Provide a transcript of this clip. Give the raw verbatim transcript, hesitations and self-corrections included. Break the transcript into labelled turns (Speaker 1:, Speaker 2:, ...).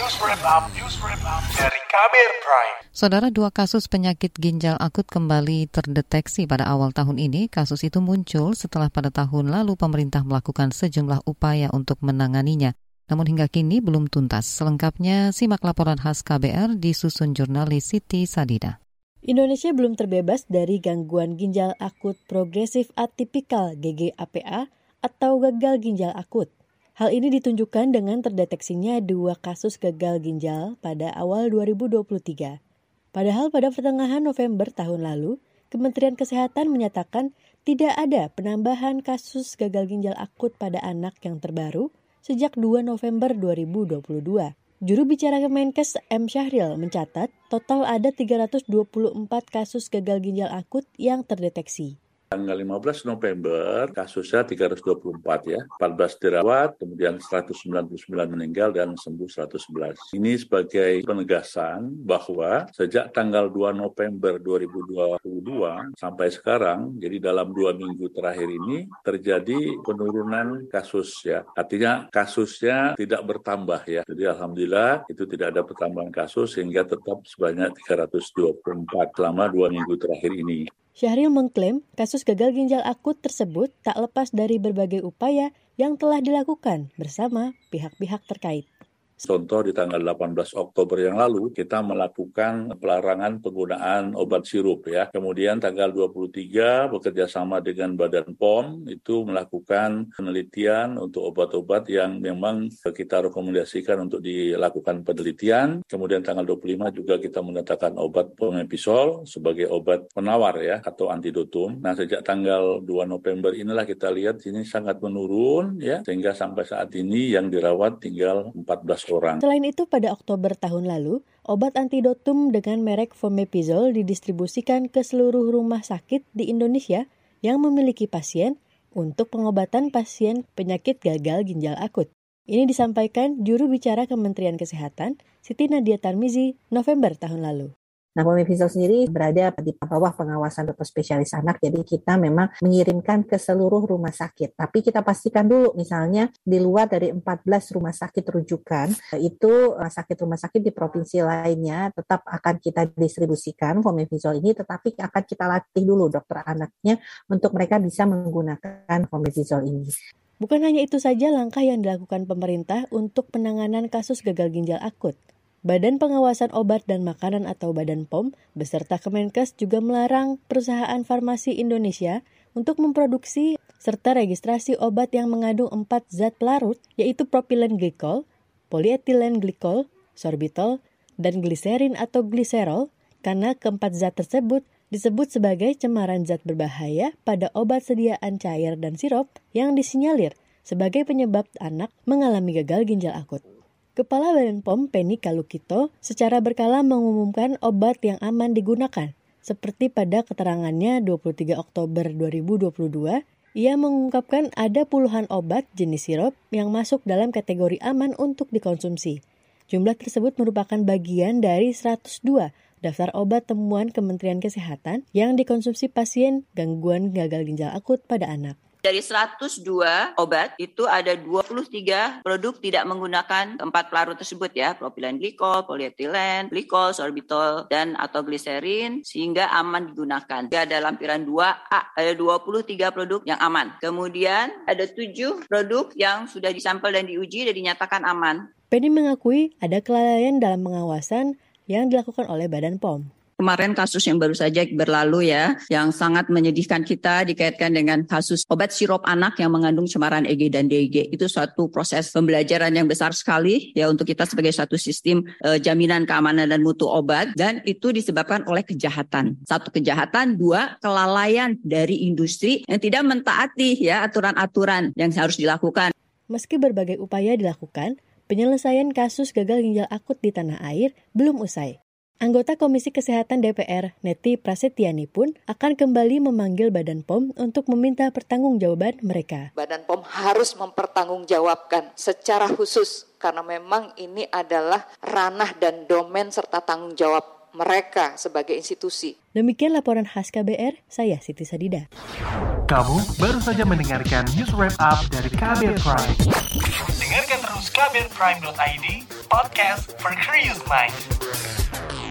Speaker 1: News Wrap Up, News Wrap Up dari Kabar Prime.
Speaker 2: Saudara, dua kasus penyakit ginjal akut kembali terdeteksi pada awal tahun ini. Kasus itu muncul setelah pada tahun lalu pemerintah melakukan sejumlah upaya untuk menanganinya. Namun hingga kini belum tuntas. Selengkapnya simak laporan khas K B R disusun jurnalis Siti Sadida.
Speaker 3: Indonesia belum terbebas dari gangguan ginjal akut progresif atipikal G G A P A atau gagal ginjal akut. Hal ini ditunjukkan dengan terdeteksinya dua kasus gagal ginjal pada awal dua ribu dua puluh tiga. Padahal pada pertengahan November tahun lalu, Kementerian Kesehatan menyatakan tidak ada penambahan kasus gagal ginjal akut pada anak yang terbaru sejak dua November dua ribu dua puluh dua. Juru bicara Kemenkes M. Syahril mencatat total ada tiga ratus dua puluh empat kasus gagal ginjal akut yang terdeteksi.
Speaker 4: Tanggal lima belas November, kasusnya tiga ratus dua puluh empat ya, empat belas dirawat, kemudian seratus sembilan puluh sembilan meninggal dan sembuh seratus sebelas. Ini sebagai penegasan bahwa sejak tanggal dua November dua ribu dua puluh dua sampai sekarang, jadi dalam dua minggu terakhir ini terjadi penurunan kasus ya. Artinya kasusnya tidak bertambah ya. Jadi alhamdulillah itu tidak ada pertambahan kasus sehingga tetap sebanyak tiga ratus dua puluh empat selama dua minggu terakhir ini.
Speaker 3: Syahril mengklaim kasus gagal ginjal akut tersebut tak lepas dari berbagai upaya yang telah dilakukan bersama pihak-pihak terkait.
Speaker 4: Contoh di tanggal delapan belas Oktober yang lalu kita melakukan pelarangan penggunaan obat sirup ya. Kemudian tanggal dua puluh tiga bekerja sama dengan Badan P O M itu melakukan penelitian untuk obat-obat yang memang kita rekomendasikan untuk dilakukan penelitian. Kemudian tanggal dua puluh lima juga kita menetapkan obat Pomepizole sebagai obat penawar ya atau antidotum. Nah, sejak tanggal dua November inilah kita lihat ini sangat menurun ya sehingga sampai saat ini yang dirawat tinggal empat belas orang.
Speaker 3: Selain itu, pada Oktober tahun lalu, obat antidotum dengan merek Fomepizole didistribusikan ke seluruh rumah sakit di Indonesia yang memiliki pasien untuk pengobatan pasien penyakit gagal ginjal akut. Ini disampaikan juru bicara Kementerian Kesehatan, Siti Nadia Tarmizi, November tahun lalu.
Speaker 5: Nah, Fomepizole sendiri berada di bawah pengawasan dokter spesialis anak, jadi kita memang mengirimkan ke seluruh rumah sakit. Tapi kita pastikan dulu, misalnya di luar dari empat belas rumah sakit rujukan, itu rumah sakit-rumah sakit di provinsi lainnya tetap akan kita distribusikan Fomepizole ini, tetapi akan kita latih dulu dokter anaknya untuk mereka bisa menggunakan Fomepizole ini.
Speaker 3: Bukan hanya itu saja langkah yang dilakukan pemerintah untuk penanganan kasus gagal ginjal akut. Badan Pengawasan Obat dan Makanan atau Badan P O M beserta Kemenkes juga melarang perusahaan farmasi Indonesia untuk memproduksi serta registrasi obat yang mengandung empat zat pelarut yaitu propilen glikol, polietilen glikol, sorbitol, dan gliserin atau gliserol karena keempat zat tersebut disebut sebagai cemaran zat berbahaya pada obat sediaan cair dan sirup yang disinyalir sebagai penyebab anak mengalami gagal ginjal akut. Kepala Badan P O M Penny Kalukito secara berkala mengumumkan obat yang aman digunakan. Seperti pada keterangannya dua puluh tiga Oktober dua ribu dua puluh dua, ia mengungkapkan ada puluhan obat jenis sirup yang masuk dalam kategori aman untuk dikonsumsi. Jumlah tersebut merupakan bagian dari seratus dua daftar obat temuan Kementerian Kesehatan yang dikonsumsi pasien gangguan gagal ginjal akut pada anak.
Speaker 6: Dari seratus dua obat, itu ada dua puluh tiga produk tidak menggunakan keempat pelarut tersebut ya, propilen glikol, polietilen glikol, sorbitol, dan atau gliserin, sehingga aman digunakan. Ada lampiran dua A, ada dua puluh tiga produk yang aman. Kemudian ada tujuh produk yang sudah disampel dan diuji dan dinyatakan aman.
Speaker 3: Penny mengakui ada kelalaian dalam pengawasan yang dilakukan oleh Badan P O M.
Speaker 6: Kemarin kasus yang baru saja berlalu ya, yang sangat menyedihkan kita dikaitkan dengan kasus obat sirup anak yang mengandung cemaran E G dan D G. Itu suatu proses pembelajaran yang besar sekali ya untuk kita sebagai suatu sistem e, jaminan keamanan dan mutu obat, dan itu disebabkan oleh kejahatan. Satu kejahatan, dua kelalaian dari industri yang tidak mentaati ya aturan-aturan yang harus dilakukan.
Speaker 3: Meski berbagai upaya dilakukan, penyelesaian kasus gagal ginjal akut di tanah air belum usai. Anggota Komisi Kesehatan D P R, Neti Prasetyani pun akan kembali memanggil Badan P O M untuk meminta pertanggungjawaban mereka.
Speaker 7: Badan P O M harus mempertanggungjawabkan secara khusus karena memang ini adalah ranah dan domain serta tanggung jawab mereka sebagai institusi.
Speaker 3: Demikian laporan khas K B R, saya Siti Sadida.
Speaker 1: Kamu baru saja mendengarkan News Wrap Up dari Kabar Prime. Dengarkan terus kabar prime dot i d Podcast for Curious Mind.